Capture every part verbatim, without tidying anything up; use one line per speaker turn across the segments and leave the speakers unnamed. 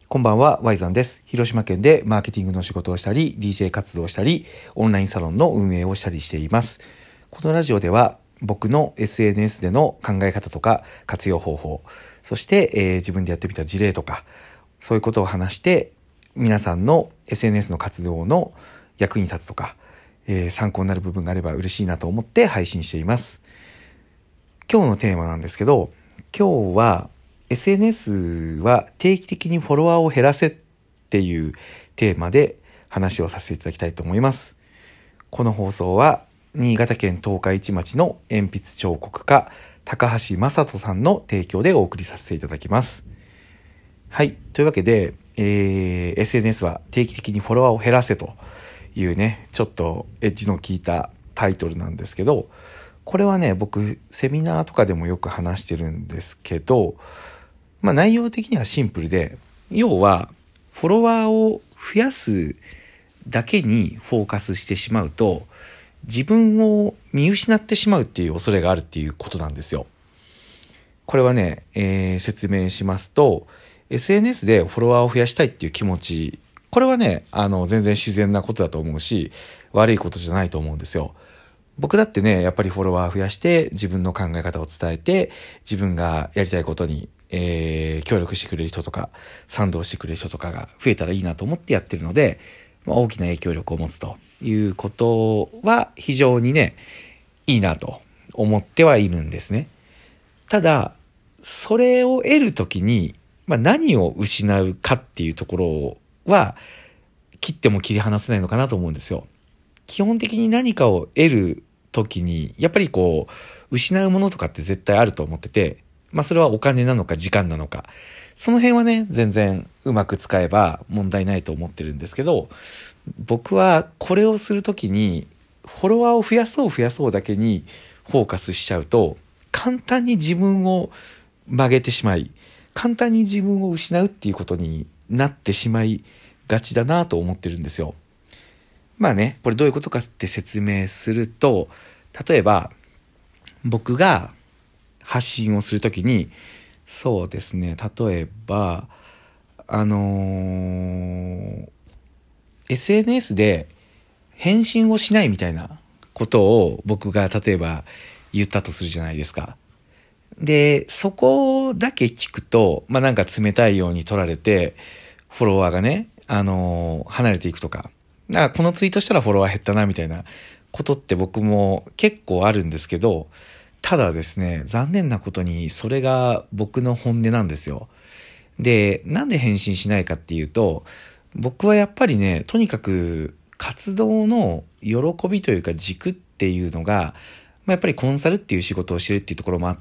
こんばんは、ワイザンです。広島県でマーケティングの仕事をしたり、ディージェー 活動をしたり、オンラインサロンの運営をしたりしています。このラジオでは、僕の エスエヌエス での考え方とか活用方法、そして、えー、自分でやってみた事例とか、そういうことを話して、皆さんの エスエヌエス の活動の役に立つとか、えー、参考になる部分があれば嬉しいなと思って配信しています。今日のテーマなんですけど、今日は、エスエヌエス は定期的にフォロワーを減らせっていうテーマで話をさせていただきたいと思います。この放送は新潟県十日市町の鉛筆彫刻家高橋正人さんの提供でお送りさせていただきます。はい。というわけで、えー、エスエヌエス は定期的にフォロワーを減らせというね、ちょっとエッジの効いたタイトルなんですけど、これはね、僕セミナーとかでもよく話してるんですけど、まあ内容的にはシンプルで、要はフォロワーを増やすだけにフォーカスしてしまうと、自分を見失ってしまうっていう恐れがあるっていうことなんですよ。これはね、えー、説明しますと、エスエヌエス でフォロワーを増やしたいっていう気持ち、これはね、あの全然自然なことだと思うし、悪いことじゃないと思うんですよ。僕だってね、やっぱりフォロワー増やして自分の考え方を伝えて、自分がやりたいことにえー、協力してくれる人とか賛同してくれる人とかが増えたらいいなと思ってやってるので、まあ、大きな影響力を持つということは非常にねいいなと思ってはいるんですね。ただそれを得るときに、まあ、何を失うかっていうところは切っても切り離せないのかなと思うんですよ。基本的に何かを得るときにやっぱりこう失うものとかって絶対あると思ってて、まあそれはお金なのか時間なのか、その辺はね全然うまく使えば問題ないと思ってるんですけど、僕はこれをするときにフォロワーを増やそう増やそうだけにフォーカスしちゃうと、簡単に自分を曲げてしまい、簡単に自分を失うっていうことになってしまいがちだなと思ってるんですよ。まあね、これどういうことかって説明すると、例えば僕が発信をするときに、そうですね、例えばあのー、エスエヌエス で返信をしないみたいなことを僕が例えば言ったとするじゃないですか。でそこだけ聞くと、まあなんか冷たいように取られてフォロワーがね、あのー、離れていくとか、なんかこのツイートしたらフォロワー減ったなみたいなことって僕も結構あるんですけど、ただですね、残念なことにそれが僕の本音なんですよ。で、なんで返信しないかっていうと、僕はやっぱりね、とにかく活動の喜びというか軸っていうのが、まあ、やっぱりコンサルっていう仕事をしてるっていうところもあって、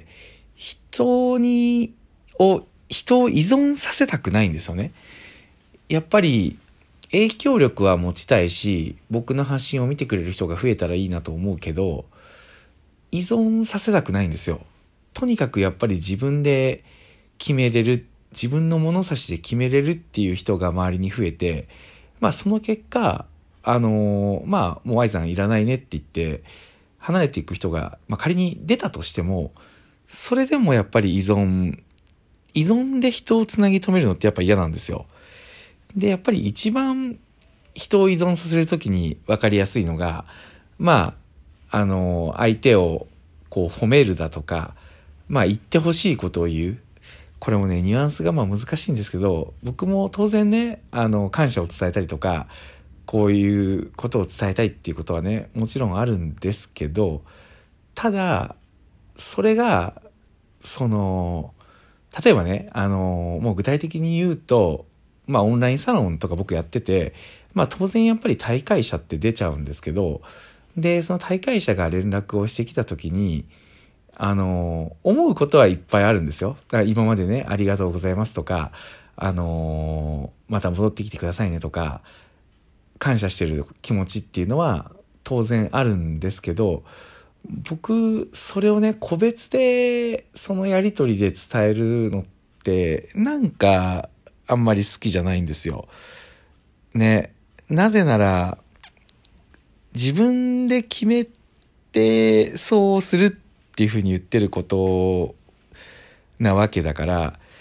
人に、を、人を依存させたくないんですよね。やっぱり影響力は持ちたいし、僕の発信を見てくれる人が増えたらいいなと思うけど、依存させたくないんですよ。とにかくやっぱり自分で決めれる、自分の物差しで決めれるっていう人が周りに増えて、まあその結果、あのー、まあもう Y さんいらないねって言って離れていく人が、まあ、仮に出たとしても、それでもやっぱり依存、依存で人をつなぎ止めるのってやっぱ嫌なんですよ。で、やっぱり一番人を依存させるときに分かりやすいのが、まああの相手をこう褒めるだとか、まあ言ってほしいことを言う。これもねニュアンスがまあ難しいんですけど、僕も当然ね、あの感謝を伝えたりとか、こういうことを伝えたいっていうことはねもちろんあるんですけど、ただそれがその例えばね、あのもう具体的に言うと、まあオンラインサロンとか僕やってて、まあ当然やっぱり退会者って出ちゃうんですけど、でその退会者が連絡をしてきた時に、あの思うことはいっぱいあるんですよ。だから今までねありがとうございますとか、あのまた戻ってきてくださいねとか、感謝してる気持ちっていうのは当然あるんですけど、僕それをね個別でそのやり取りで伝えるのってなんかあんまり好きじゃないんですよね。なぜなら自分で決めてそうするっていうふうに言ってることなわけだから、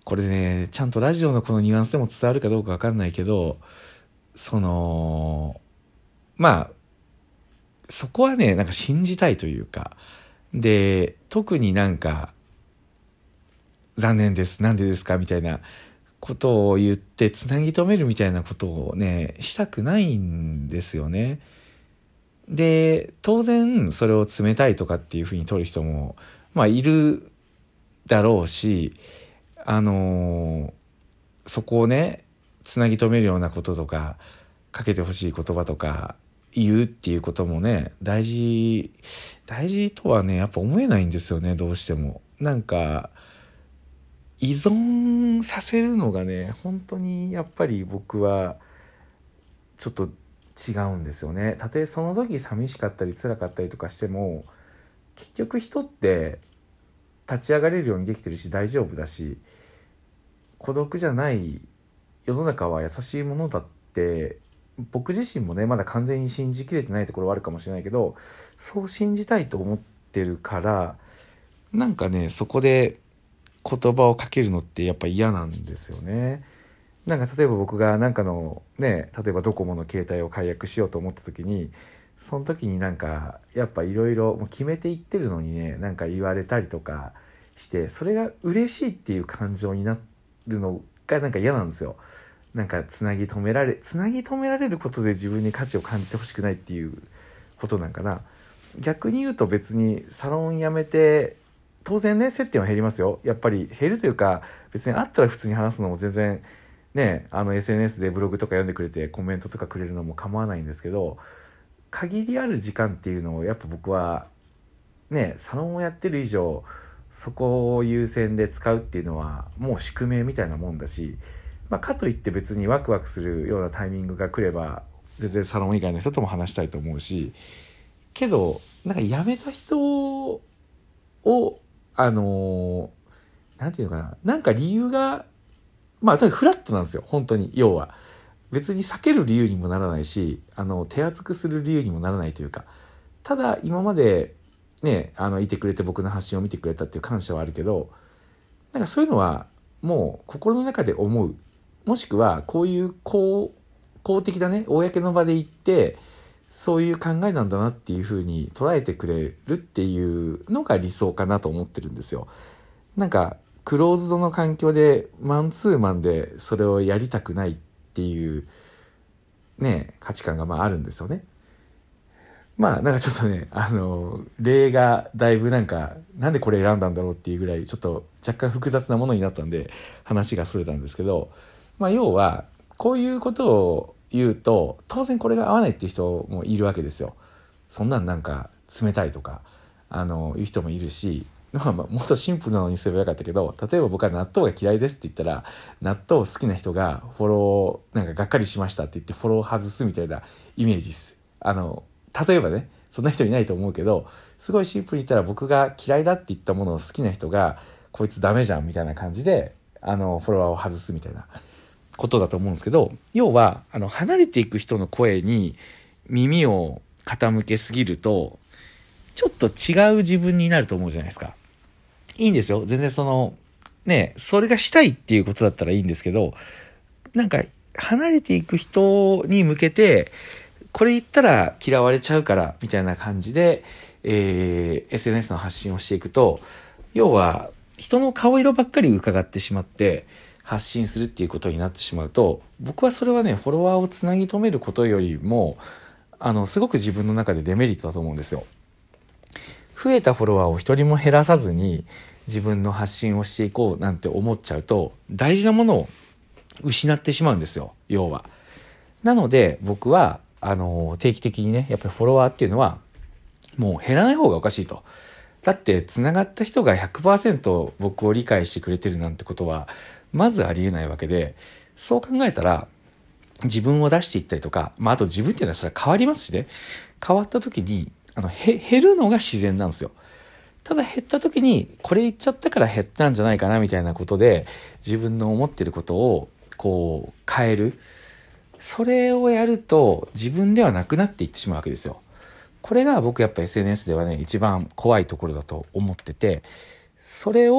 これね、ちゃんとラジオのこのニュアンスでも伝わるかどうかわかんないけど、その、まあ、そこはね、なんか信じたいというか、で、特になんか、残念です、なんでですかみたいなことを言ってつなぎ止めるみたいなことをね、したくないんですよね。で、当然それを冷たいとかっていうふうに取る人も、まあいるだろうし、あのー、そこをね、つなぎ止めるようなこととか、かけてほしい言葉とか言うっていうこともね、大事、大事とはね、やっぱ思えないんですよね、どうしても。なんか、依存させるのがね、本当にやっぱり僕はちょっと違うんですよね。たとえその時寂しかったり辛かったりとかしても、結局人って立ち上がれるようにできてるし大丈夫だし、孤独じゃない世の中は優しいものだって僕自身もねまだ完全に信じきれてないところはあるかもしれないけど、そう信じたいと思ってるから、なんかねそこで言葉をかけるのってやっぱ嫌なんですよね。なんか例えば僕がなんかのね、例えばドコモの携帯を解約しようと思った時に、その時になんかやっぱいろいろ決めていってるのにね、なんか言われたりとかして、それが嬉しいっていう感情になるのがなんか嫌なんですよ。なんかつなぎ止められつなぎ止められることで自分に価値を感じてほしくないっていうことなんかな。逆に言うと別にサロン辞めて当然ね接点は減りますよ。やっぱり減るというか、別に会ったら普通に話すのも全然ね、あの エスエヌエス でブログとか読んでくれてコメントとかくれるのも構わないんですけど、限りある時間っていうのをやっぱ僕はね、サロンをやってる以上そこを優先で使うっていうのはもう宿命みたいなもんだし、まあ、かといって別にワクワクするようなタイミングが来れば全然サロン以外の人とも話したいと思うし、けどなんか辞めた人をあのー、なんていうのかな、なんか理由がまあとにかくフラットなんですよ本当に。要は別に避ける理由にもならないし、あの手厚くする理由にもならないというか、ただ今までねあのいてくれて僕の発信を見てくれたっていう感謝はあるけど、なんかそういうのはもう心の中で思う、もしくはこういう公公的なね公の場で言ってそういう考えなんだなっていう風に捉えてくれるっていうのが理想かなと思ってるんですよ。なんかクローズドの環境でマンツーマンでそれをやりたくないっていうね価値観がまああるんですよね。まあなんかちょっとねあの例がだいぶなんかなんでこれ選んだんだろうっていうぐらいちょっと若干複雑なものになったんで話がそれたんですけど、まあ要はこういうことを言うと当然これが合わないっていう人もいるわけですよ。そんなんなんか冷たいとかあのいう人もいるし、まあ、まあもっとシンプルなのにすればよかったけど、例えば僕は納豆が嫌いですって言ったら納豆好きな人がフォローなんかがっかりしましたって言ってフォロー外すみたいなイメージです。あの例えばね、そんな人いないと思うけど、すごいシンプルに言ったら僕が嫌いだって言ったものを好きな人がこいつダメじゃんみたいな感じであのフォロワーを外すみたいなことだと思うんですけど、要はあの離れていく人の声に耳を傾けすぎるとちょっと違う自分になると思うじゃないですか。いいんですよ。全然その、ね、それがしたいっていうことだったらいいんですけど、なんか離れていく人に向けて、これ言ったら嫌われちゃうからみたいな感じで、えー、エスエヌエス の発信をしていくと、要は人の顔色ばっかり伺ってしまって発信するっていうことになってしまうと、僕はそれはね、フォロワーをつなぎ止めることよりも、あの、すごく自分の中でデメリットだと思うんですよ。増えたフォロワーを一人も減らさずに自分の発信をしていこうなんて思っちゃうと大事なものを失ってしまうんですよ、要は。なので僕はあの定期的にねやっぱりフォロワーっていうのはもう減らない方がおかしいと。だってつながった人が ひゃくパーセント 僕を理解してくれてるなんてことはまずありえないわけで、そう考えたら自分を出していったりとか、まああと自分っていうのはそれは変わりますしね、変わった時にあのへ減るのが自然なんですよ。ただ減った時にこれ言っちゃったから減ったんじゃないかなみたいなことで自分の思ってることをこう変える、それをやると自分ではなくなっていってしまうわけですよ。これが僕やっぱ エスエヌエス ではね一番怖いところだと思ってて、それを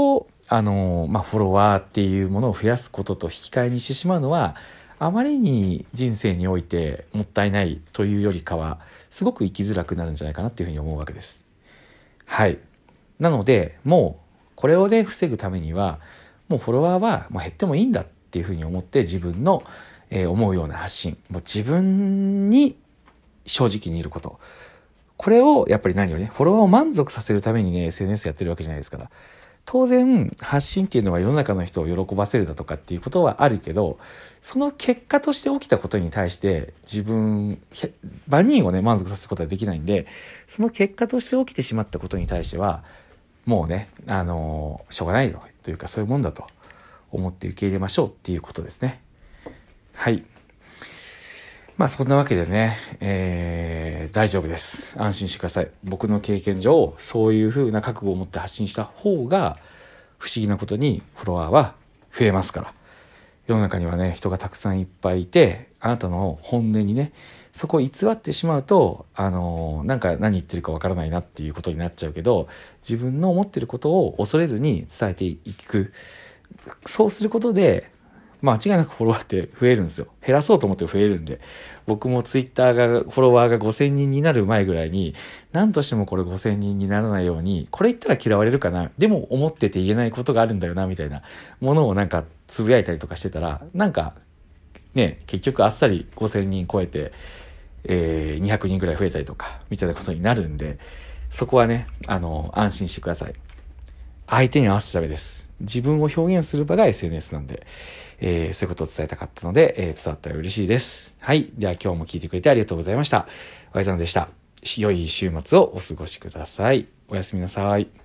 あの、まあ、フォロワーっていうものを増やすことと引き換えにしてしまうのは、あまりに人生においてもったいないというよりかは、すごく生きづらくなるんじゃないかなっていうふうに思うわけです。はい。なので、もう、これをね、防ぐためには、もうフォロワーはもう減ってもいいんだっていうふうに思って自分の、えー、思うような発信、もう自分に正直にいること。これをやっぱり何よりね、フォロワーを満足させるためにね、エスエヌエス やってるわけじゃないですから。当然、発信っていうのは世の中の人を喜ばせるだとかっていうことはあるけど、その結果として起きたことに対して自分、万人をね、満足させることはできないんで、その結果として起きてしまったことに対しては、もうね、あの、しょうがないよというかそういうもんだと思って受け入れましょうっていうことですね。はい。まあそんなわけでね、えー、大丈夫です。安心してください。僕の経験上、そういう風な覚悟を持って発信した方が、不思議なことにフォロワーは増えますから。世の中にはね、人がたくさんいっぱいいて、あなたの本音にね、そこを偽ってしまうと、あのー、なんか何言ってるかわからないなっていうことになっちゃうけど、自分の思ってることを恐れずに伝えていく。そうすることで、間違いなくフォロワーって増えるんですよ。減らそうと思って増えるんで。僕もツイッターが、フォロワーがごせんにんになる前ぐらいに、何としてもこれごせんにんにならないように、これ言ったら嫌われるかな、でも思ってて言えないことがあるんだよな、みたいなものをなんかつぶやいたりとかしてたら、なんか、ね、結局あっさりごせんにん超えて、えー、にひゃくにんぐらい増えたりとか、みたいなことになるんで、そこはね、あの、安心してください。相手に合わせちゃダメです。自分を表現する場が エスエヌエス なんで、えー、そういうことを伝えたかったので、えー、伝わったら嬉しいです。はい。では今日も聞いてくれてありがとうございました。おやさんでした。良い週末をお過ごしください。おやすみなさい。